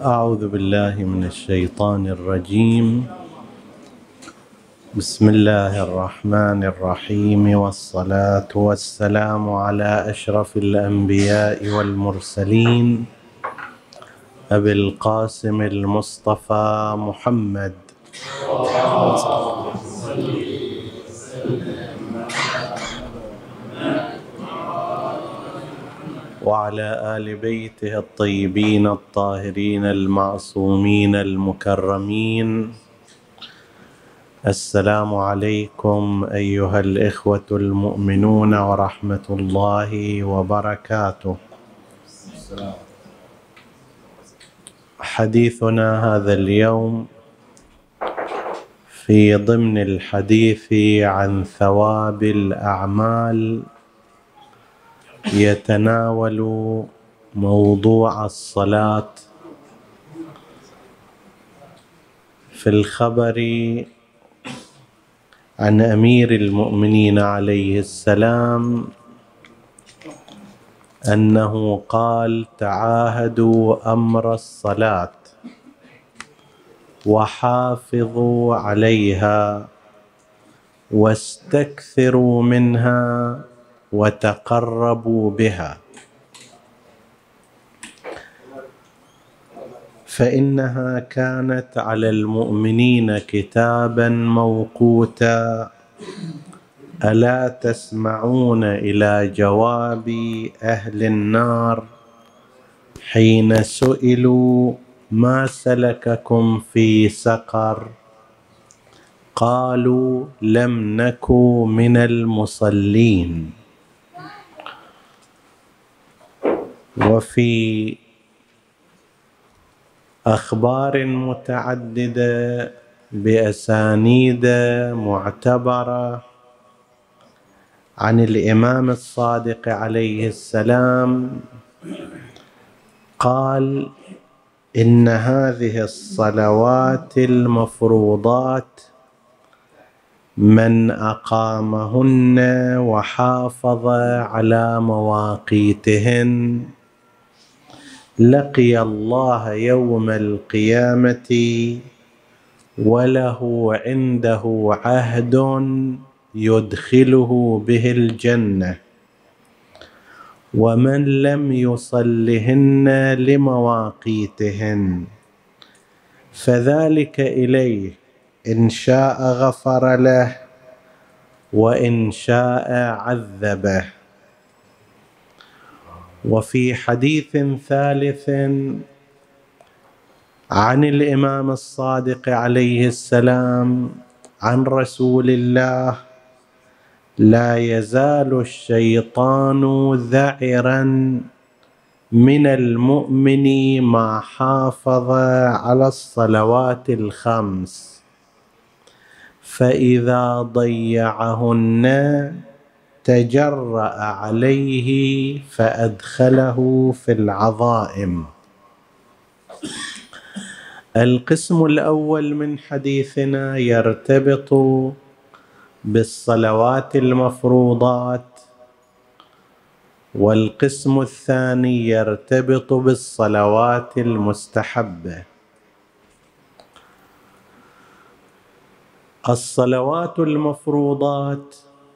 أعوذ بالله من الشيطان الرجيم. بسم الله الرحمن الرحيم، والصلاة والسلام على أشرف الأنبياء والمرسلين أبي القاسم المصطفى محمد وعلى آل بيته الطيبين الطاهرين المعصومين المكرمين. السلام عليكم أيها الإخوة المؤمنون ورحمة الله وبركاته. حديثنا هذا اليوم في ضمن الحديث عن ثواب الأعمال يتناول موضوع الصلاة. في الخبر عن أمير المؤمنين عليه السلام أنه قال: تعاهدوا أمر الصلاة وحافظوا عليها واستكثروا منها وتقربوا بها، فإنها كانت على المؤمنين كتابا موقوتا. ألا تسمعون إلى جواب أهل النار حين سئلوا ما سلككم في سقر؟ قالوا لم نك من المصلين. وفي أخبار متعددة بأسانيد معتبرة عن الإمام الصادق عليه السلام قال: إن هذه الصلوات المفروضات من أقامهن وحافظ على مواقيتهن لقي الله يوم القيامة وله عنده عهد يدخله به الجنة، ومن لم يصلهن لمواقيتهن فذلك إليه، إن شاء غفر له وإن شاء عذبه. وفي حديث ثالث عن الإمام الصادق عليه السلام عن رسول الله: لا يزال الشيطان ذعرا من المؤمن ما حافظ على الصلوات الخمس، فإذا ضيعهن تجرأ عليه فأدخله في العظائم. القسم الأول من حديثنا يرتبط بالصلوات المفروضات، والقسم الثاني يرتبط بالصلوات المستحبة. الصلوات المفروضات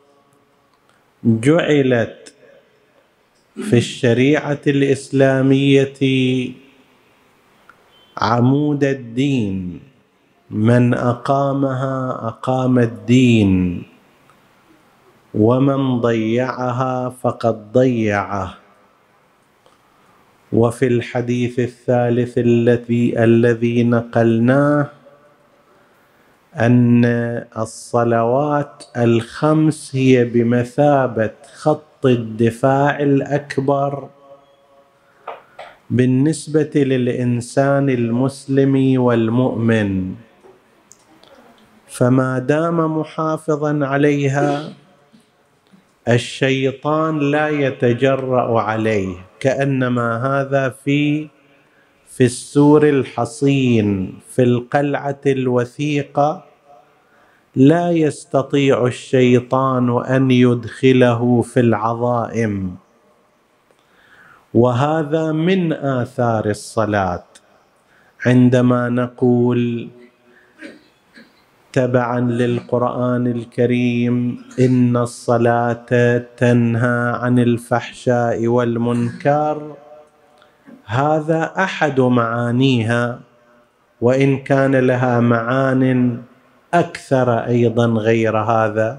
جعلت في الشريعة الإسلامية عمود الدين، من أقامها أقام الدين، ومن ضيعها فقد ضيعه. وفي الحديث الثالث الذي نقلناه أن الصلوات الخمس هي بمثابة خط الدفاع الأكبر بالنسبة للإنسان المسلم والمؤمن، فما دام محافظا عليها الشيطان لا يتجرأ عليه، كأنما هذا في السور الحصين في القلعة الوثيقة، لا يستطيع الشيطان أن يدخله في العظائم. وهذا من آثار الصلاة، عندما نقول تبعا للقرآن الكريم إن الصلاة تنهى عن الفحشاء والمنكر، هذا أحد معانيها، وإن كان لها معان أكثر أيضا غير هذا.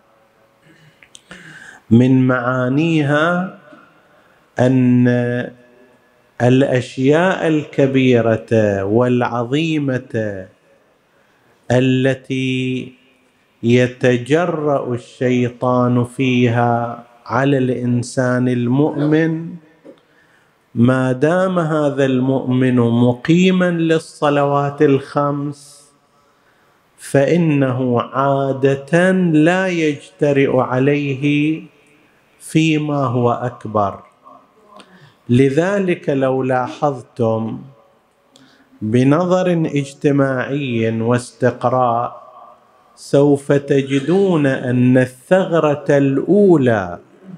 من معانيها أن الأشياء الكبيرة والعظيمة التي يتجرأ الشيطان فيها على الإنسان المؤمن، ما دام هذا المؤمن مقيما للصلوات الخمس فإنه عادة لا يجترئ عليه فيما هو أكبر. لذلك لو لاحظتم بنظر اجتماعي واستقراء سوف تجدون أن الثغرة الأولى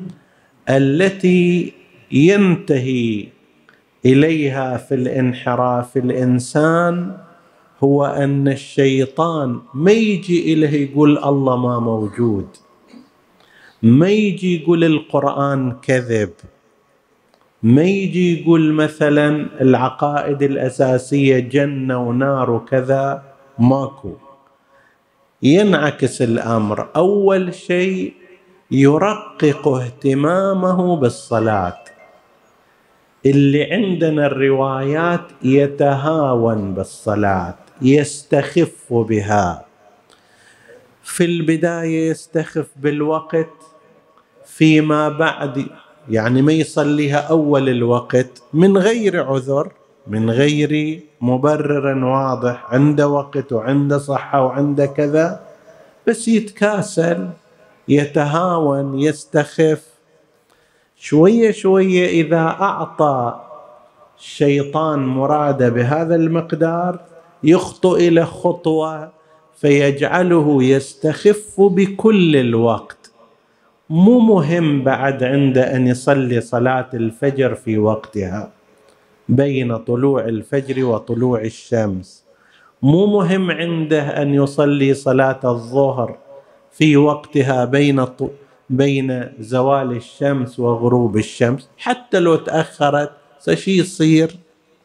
التي ينتهي إليها في الانحراف الإنسان هو أن الشيطان ما يجي إليه يقول الله ما موجود، ما يجي يقول القرآن كذب، ما يجي يقول مثلا العقائد الأساسية جنة ونار وكذا، ماكو. ينعكس الأمر، أول شيء يرقق اهتمامه بالصلاة. اللي عندنا الروايات يتهاون بالصلاة، يستخف بها، في البداية يستخف بالوقت، فيما بعد يعني ما يصليها أول الوقت من غير عذر، من غير مبرر واضح، عنده وقت وعنده صحة وعنده كذا، بس يتكاسل، يتهاون، يستخف. شوية شوية إذا أعطى الشيطان مراده بهذا المقدار يخطو إلى خطوة فيجعله يستخف بكل الوقت. مو مهم بعد عنده أن يصلي صلاة الفجر في وقتها بين طلوع الفجر وطلوع الشمس، مو مهم عنده أن يصلي صلاة الظهر في وقتها بين زوال الشمس وغروب الشمس، حتى لو تأخرت شي يصير.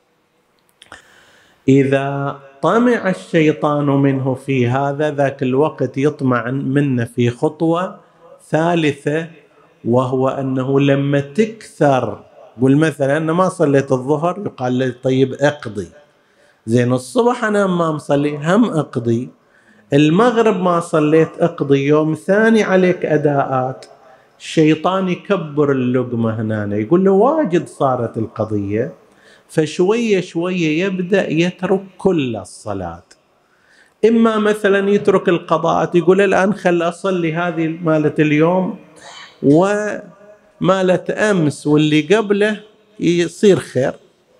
إذا طمع الشيطان منه في هذا، ذاك الوقت يطمع منه في خطوة ثالثة، وهو أنه لما تكثر، قل مثلا أنا ما صليت الظهر، يقال لي طيب اقضي، زين الصبح أنا ما مصلي هم اقضي، المغرب ما صليت اقضي، يوم ثاني عليك أداءات. الشيطان يكبر اللقمة هنا، يقول له واجد صارت القضية، فشوية شوية يبدأ يترك كل الصلاة. إما مثلا يترك القضاءات، يقول الآن خل أصلي هذه مالة اليوم ومالة أمس واللي قبله يصير خير،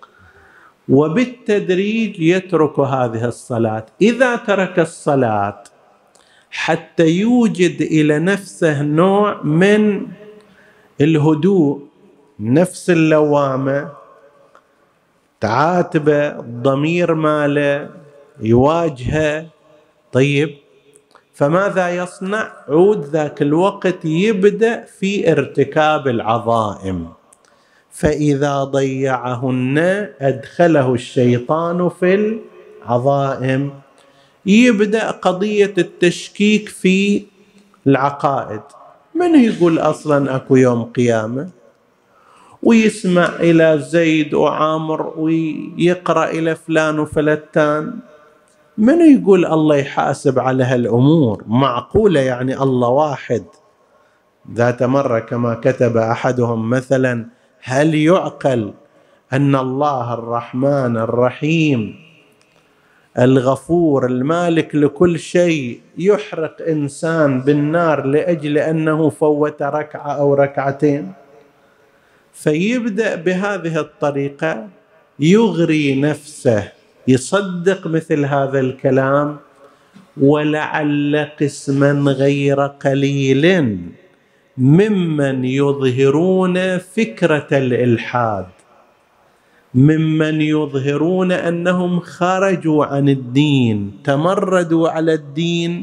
وبالتدريج يترك هذه الصلاة. إذا ترك الصلاة حتى يوجد إلى نفسه نوع من الهدوء، نفس اللوامة تعاتبه، الضمير ماله يواجهه، طيب فماذا يصنع؟ عود ذاك الوقت يبدأ في ارتكاب العظائم، فإذا ضيعهن أدخله الشيطان في العظائم. يبدأ قضية التشكيك في العقائد، من يقول أصلا أكو يوم قيامة، ويسمع إلى زيد وعامر ويقرأ إلى فلان وفلتان، من يقول الله يحاسب على هالأمور؟ معقولة يعني الله واحد؟ ذات مرة كما كتب أحدهم مثلا: هل يعقل أن الله الرحمن الرحيم الغفور المالك لكل شيء يحرق إنسان بالنار لأجل أنه فوت ركعة أو ركعتين؟ فيبدأ بهذه الطريقة يغري نفسه، يصدق مثل هذا الكلام. ولعل قسما غير قليل ممن يظهرون فكرة الإلحاد ممن يظهرون أنهم خرجوا عن الدين، تمردوا على الدين،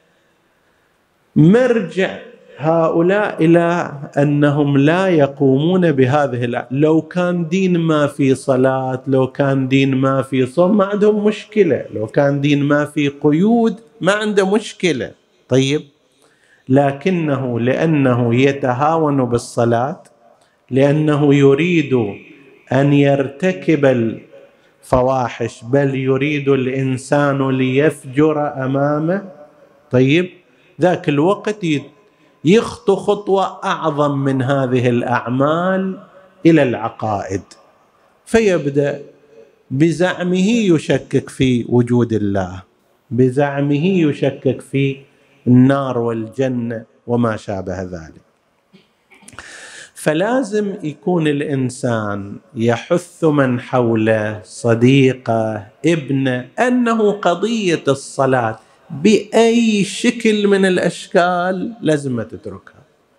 مرجع هؤلاء إلى أنهم لا يقومون بهذه لو كان دين ما في صلاة، لو كان دين ما في صوم ما عندهم مشكلة، لو كان دين ما في قيود ما عنده مشكلة. طيب، لكنه لأنه يتهاون بالصلاة، لأنه يريد أن يرتكب الفواحش، بل يريد الإنسان ليفجر أمامه. طيب، ذاك الوقت يخطو خطوة أعظم من هذه الأعمال إلى العقائد، فيبدأ بزعمه يشكك في وجود الله، بزعمه يشكك في النار والجنة وما شابه ذلك. فلازم يكون الإنسان يحث من حوله، صديقه، ابنه، أنه قضية الصلاة بأي شكل من الأشكال لازم تتركها،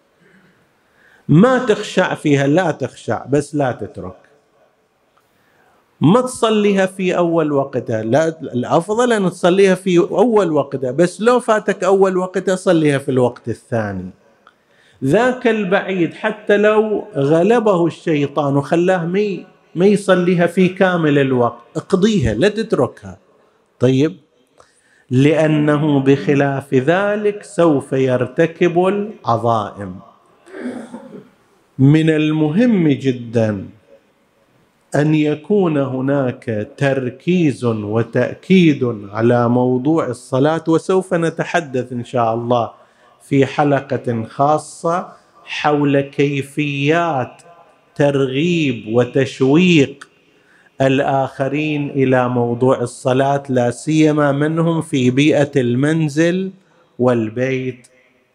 ما تخشع فيها، لا تخشع بس لا تترك، ما تصليها في أول وقتها، لا، الأفضل أن تصليها في أول وقتها، بس لو فاتك أول وقتها صليها في الوقت الثاني. ذاك البعيد حتى لو غلبه الشيطان وخلاه ما يصليها في كامل الوقت، اقضيها لا تتركها. طيب، لأنه بخلاف ذلك سوف يرتكب العظائم. من المهم جدا أن يكون هناك تركيز وتأكيد على موضوع الصلاة، وسوف نتحدث إن شاء الله في حلقة خاصة حول كيفيات ترغيب وتشويق الآخرين إلى موضوع الصلاة، لا سيما منهم في بيئة المنزل والبيت.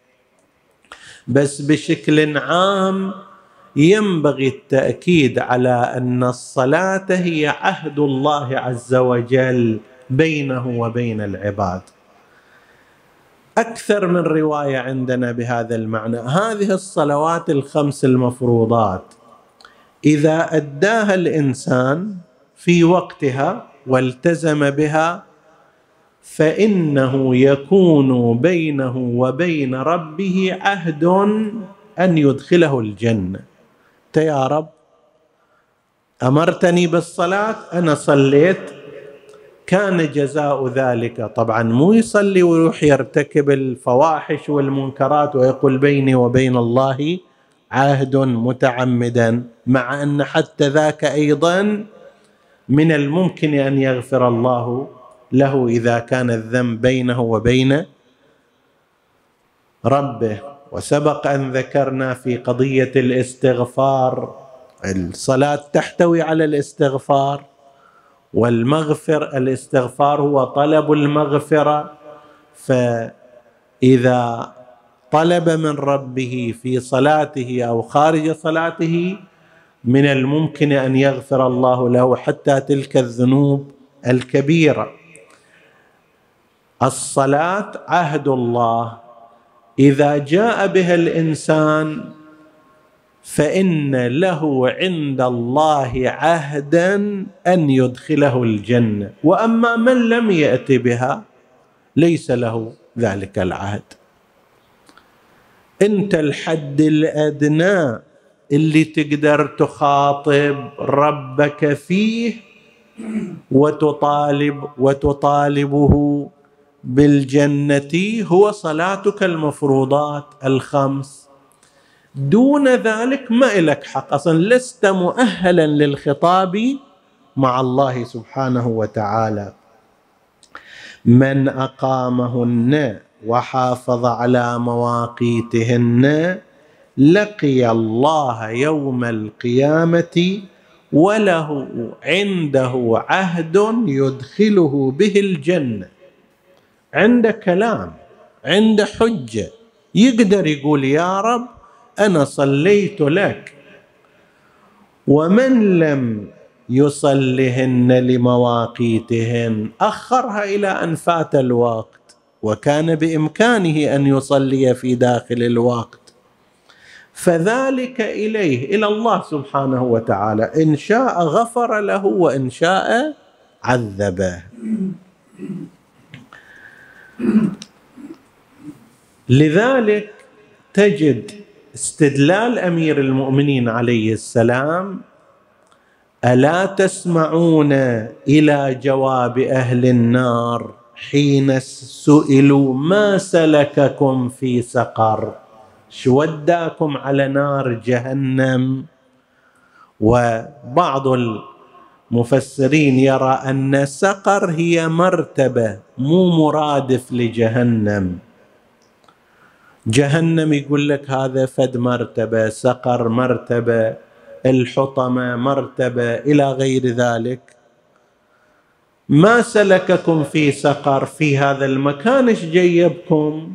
بس بشكل عام ينبغي التأكيد على أن الصلاة هي عهد الله عز وجل بينه وبين العباد. أكثر من رواية عندنا بهذا المعنى. هذه الصلوات الخمس المفروضات إذا أداها الإنسان في وقتها والتزم بها، فإنه يكون بينه وبين ربه عهد أن يدخله الجنة. يا رب أمرتني بالصلاة، أنا صليت، كان جزاء ذلك طبعا مو يصلي ويروح يرتكب الفواحش والمنكرات ويقول بيني وبين الله عهد متعمدا، مع أن حتى ذاك أيضا من الممكن أن يغفر الله له إذا كان الذنب بينه وبين ربه. وسبق أن ذكرنا في قضية الاستغفار، الصلاة تحتوي على الاستغفار الاستغفار هو طلب المغفرة، فإذا طلب من ربه في صلاته أو خارج صلاته من الممكن أن يغفر الله له حتى تلك الذنوب الكبيرة. الصلاة عهد الله، إذا جاء بها الإنسان فإن له عند الله عهدا أن يدخله الجنة، وأما من لم يأت بها ليس له ذلك العهد. أنت الحد الأدنى اللي تقدر تخاطب ربك فيه وتطالبه بالجنة هو صلاتك المفروضات الخمس. دون ذلك ما إلك حق، أصلا لست مؤهلا للخطاب مع الله سبحانه وتعالى. من أقامهن وحافظ على مواقيتهن لقي الله يوم القيامة وله عنده عهد يدخله به الجنة. عنده كلام، عنده حجة، يقدر يقول يا رب أنا صليت لك. ومن لم يصلهن لمواقيتهن أخرها إلى أن فات الوقت، وكان بإمكانه أن يصلي في داخل الوقت، فذلك إليه، إلى الله سبحانه وتعالى، إن شاء غفر له وإن شاء عذبه. لذلك تجد استدلال أمير المؤمنين عليه السلام: ألا تسمعون إلى جواب أهل النار حين سئلوا ما سلككم في سقر؟ شو وداكم على نار جهنم؟ وبعض المفسرين يرى أن سقر هي مرتبة مو مرادف لجهنم. جهنم يقول لك هذا فد مرتبة، سقر مرتبة، الحطمة مرتبة، إلى غير ذلك. ما سلككم في سقر، في هذا المكان ايش جيبكم؟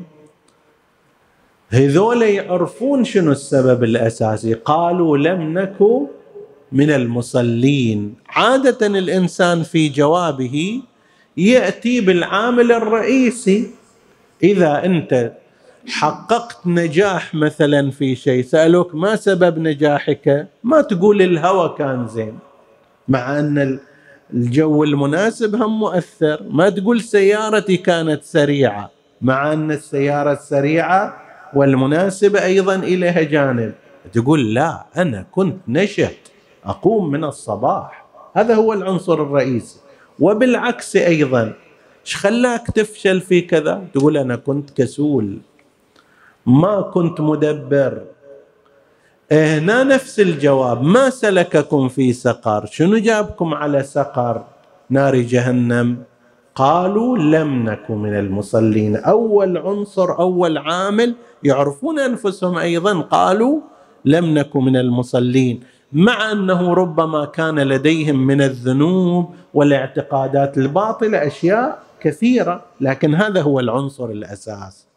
هذول يعرفون شنو السبب الأساسي، قالوا لم نكن من المصلين. عادة الإنسان في جوابه يأتي بالعامل الرئيسي. إذا أنت حققت نجاح مثلا في شيء، سألوك ما سبب نجاحك، ما تقول الهوى كان زين، مع أن الجو المناسب هم مؤثر. ما تقول سيارتي كانت سريعة، مع أن السيارة السريعة والمناسبة أيضا إليها جانب. تقول لا، أنا كنت نشط، أقوم من الصباح، هذا هو العنصر الرئيسي. وبالعكس أيضا، إيش خلاك تفشل في كذا؟ تقول أنا كنت كسول، ما كنت مدبر. هنا نفس الجواب: ما سلككم في سقر، شنو جابكم على سقر نار جهنم؟ قالوا لم نكن من المصلين. أول عنصر، أول عامل، يعرفون أنفسهم أيضا، قالوا لم نكن من المصلين، مع أنه ربما كان لديهم من الذنوب والاعتقادات الباطلة أشياء كثيرة، لكن هذا هو العنصر الأساس.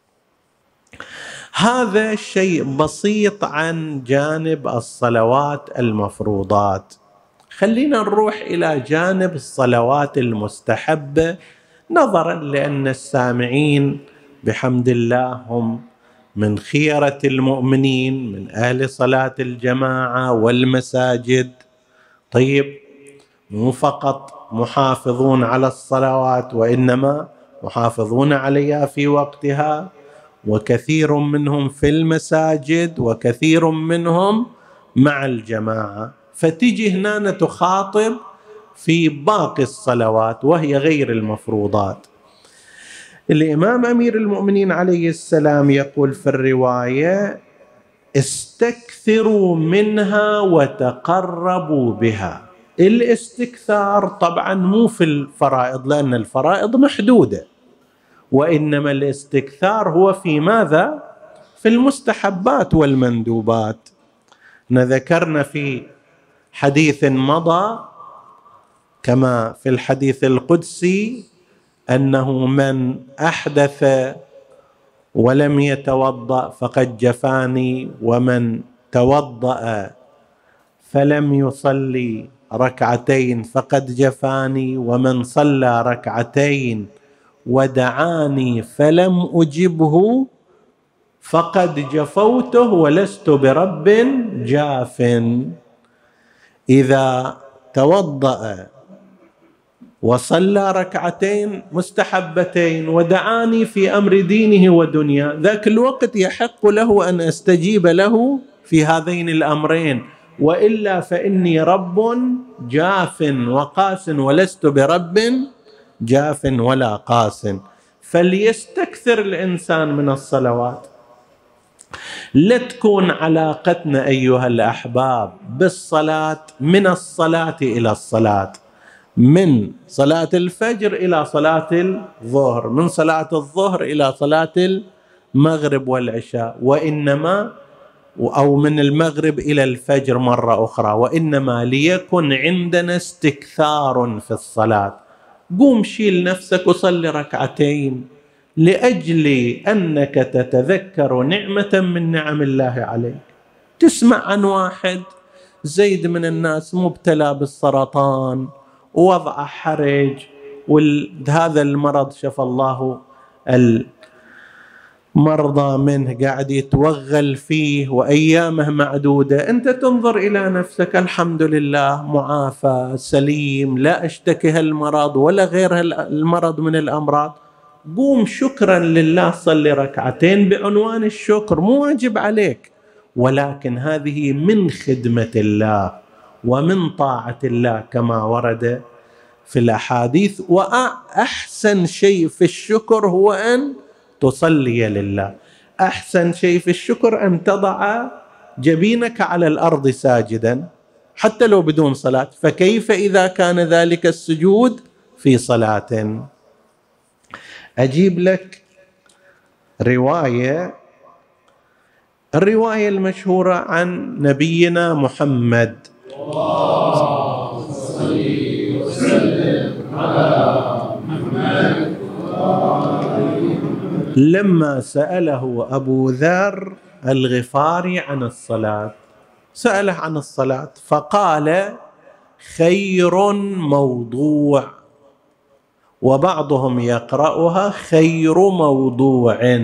هذا شيء بسيط عن جانب الصلوات المفروضات. خلينا نروح إلى جانب الصلوات المستحبة، نظرا لأن السامعين بحمد الله هم من خيرة المؤمنين، من أهل صلاة الجماعة والمساجد. طيب، مو فقط محافظون على الصلوات، وإنما محافظون عليها في وقتها، وكثير منهم في المساجد، وكثير منهم مع الجماعة. فتجي هنا تخاطب في باقي الصلوات وهي غير المفروضات. الإمام أمير المؤمنين عليه السلام يقول في الرواية: استكثروا منها وتقربوا بها. الاستكثار طبعا مو في الفرائض، لأن الفرائض محدودة، وإنما الاستكثار هو في ماذا؟ في المستحبات والمندوبات. ذكرنا في حديث مضى كما في الحديث القدسي أنه من أحدث ولم يتوضأ فقد جفاني، ومن توضأ فلم يصلي ركعتين فقد جفاني، ومن صلى ركعتين ودعاني فلم أجبه فقد جفوته ولست برب جاف. إذا توضأ وصلى ركعتين مستحبتين ودعاني في أمر دينه ودنيا، ذاك الوقت يحق له أن أستجيب له في هذين الأمرين، وإلا فإني رب جاف وقاس ولست برب جاف ولا قاس. فليستكثر الإنسان من الصلوات. لا تكون علاقتنا أيها الأحباب بالصلاة من الصلاة إلى الصلاة، من صلاة الفجر إلى صلاة الظهر، من صلاة الظهر إلى صلاة المغرب والعشاء، وإنما أو من المغرب إلى الفجر مرة أخرى، وإنما ليكن عندنا استكثار في الصلاة. قوم شيل نفسك وصلي ركعتين، لأجل أنك تتذكر نعمة من نعم الله عليك. تسمع عن واحد زيد من الناس مبتلى بالسرطان ووضع حرج، وهذا المرض شفى الله مرضى منه قاعد يتوغل فيه وأيامه معدودة، أنت تنظر إلى نفسك الحمد لله معافى سليم لا أشتكي هالمرض ولا غير المرض من الأمراض، قوم شكرا لله صلي ركعتين بعنوان الشكر، مو واجب عليك، ولكن هذه من خدمة الله ومن طاعة الله كما ورد في الأحاديث. وأحسن شيء في الشكر هو أن تصلي لله، أحسن شيء في الشكر أن تضع جبينك على الأرض ساجدا حتى لو بدون صلاة، فكيف إذا كان ذلك السجود في صلاة؟ أجيب لك الرواية المشهورة عن نبينا محمد لما سأله أبو ذر الغفاري عن الصلاة، سأله عن الصلاة فقال خير موضوع، وبعضهم يقرأها خير موضوع،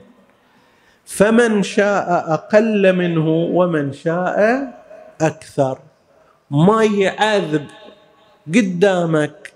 فمن شاء أقل منه ومن شاء أكثر. ما يعذب قدامك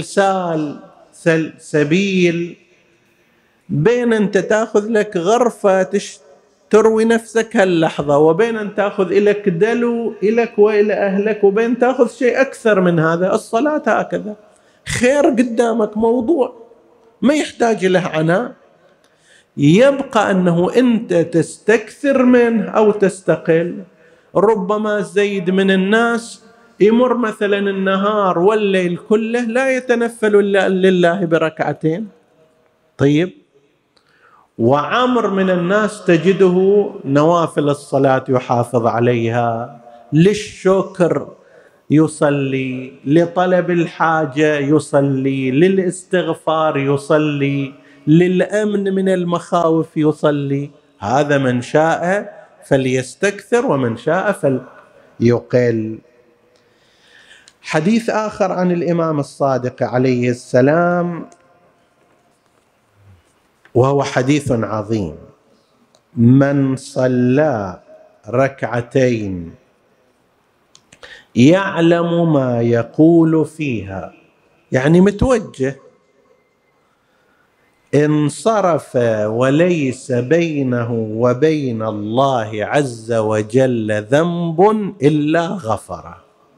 سلسبيل بين أن تأخذ لك غرفة تروي نفسك هاللحظة، وبين أن تأخذ إليك دلو إليك وإلى أهلك، وبين تأخذ شيء أكثر من هذا. الصلاة هكذا، خير قدامك موضوع ما يحتاج له عناء، يبقى أنه أنت تستكثر منه أو تستقل. ربما زيد من الناس يمر مثلا النهار والليل كله لا يتنفل لله بركعتين، طيب، وعمر من الناس تجده نوافل الصلاة يحافظ عليها، للشكر يصلي، لطلب الحاجة يصلي، للاستغفار يصلي، للأمن من المخاوف يصلي. هذا من شاء فليستكثر ومن شاء فليقل. حديث آخر عن الإمام الصادق عليه السلام وهو حديث عظيم: من صلى ركعتين يعلم ما يقول فيها، يعني متوجه، انصرف وليس بينه وبين الله عز وجل ذنب إلا غفره.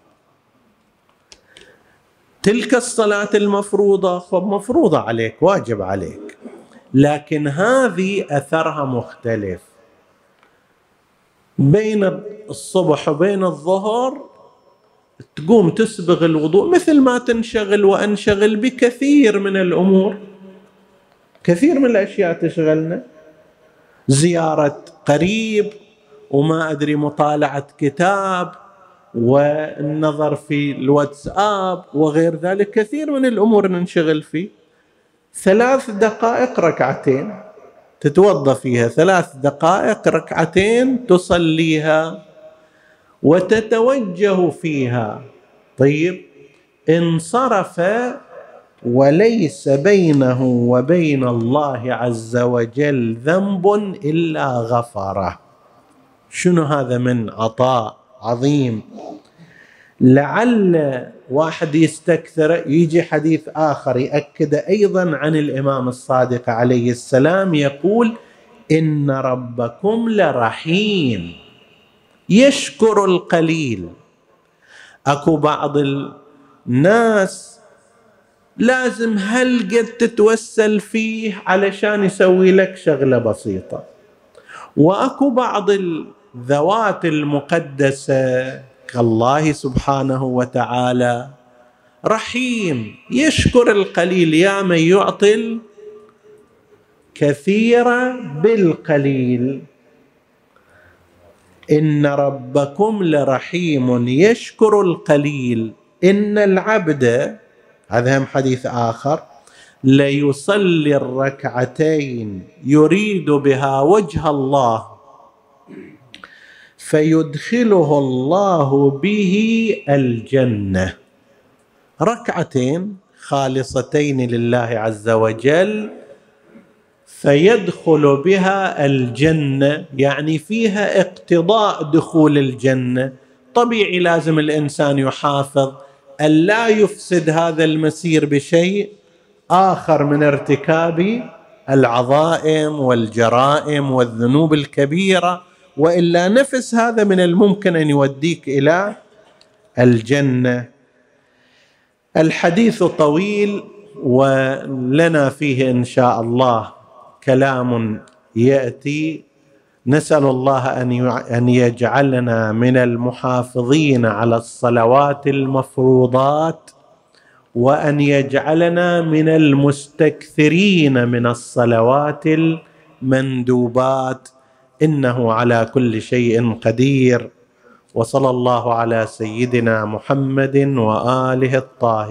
تلك الصلاة المفروضة مفروضة عليك، واجب عليك، لكن هذه أثرها مختلف. بين الصبح وبين الظهر تقوم تسبغ الوضوء مثل ما تنشغل وأنشغل بكثير من الأمور، كثير من الأشياء تشغلنا، زيارة قريب وما أدري مطالعة كتاب والنظر في الواتساب وغير ذلك، كثير من الأمور ننشغل فيه. 3 دقائق ركعتين تتوضأ فيها، 3 دقائق ركعتين تصليها وتتوجه فيها، طيب، انصرف وليس بينه وبين الله عز وجل ذنب إلا غفره. شنو هذا من عطاء عظيم! لعل واحد يستكثر، يجي حديث آخر يأكد أيضا عن الإمام الصادق عليه السلام، يقول: إن ربكم لرحيم يشكر القليل. أكو بعض الناس لازم هالقد تتوسل فيه علشان يسوي لك شغلة بسيطة، وأكو بعض الذوات المقدسة كالله سبحانه وتعالى رحيم يشكر القليل، يا من يعطي الكثير بالقليل. إن ربكم لرحيم يشكر القليل. إن العبد، هذا هم حديث آخر، ليصلي الركعتين يريد بها وجه الله فيدخله الله به الجنة. ركعتين خالصتين لله عز وجل، فيدخل بها الجنة، يعني فيها اقتضاء دخول الجنة. طبيعي لازم الإنسان يحافظ أن لا يفسد هذا المسير بشيء آخر من ارتكاب العظائم والجرائم والذنوب الكبيرة، وإلا نفس هذا من الممكن أن يوديك إلى الجنة. الحديث طويل ولنا فيه إن شاء الله كلام يأتي. نسأل الله أن يجعلنا من المحافظين على الصلوات المفروضات، وأن يجعلنا من المستكثرين من الصلوات المندوبات، إنه على كل شيء قدير. وصلى الله على سيدنا محمد وآله الطاهرين.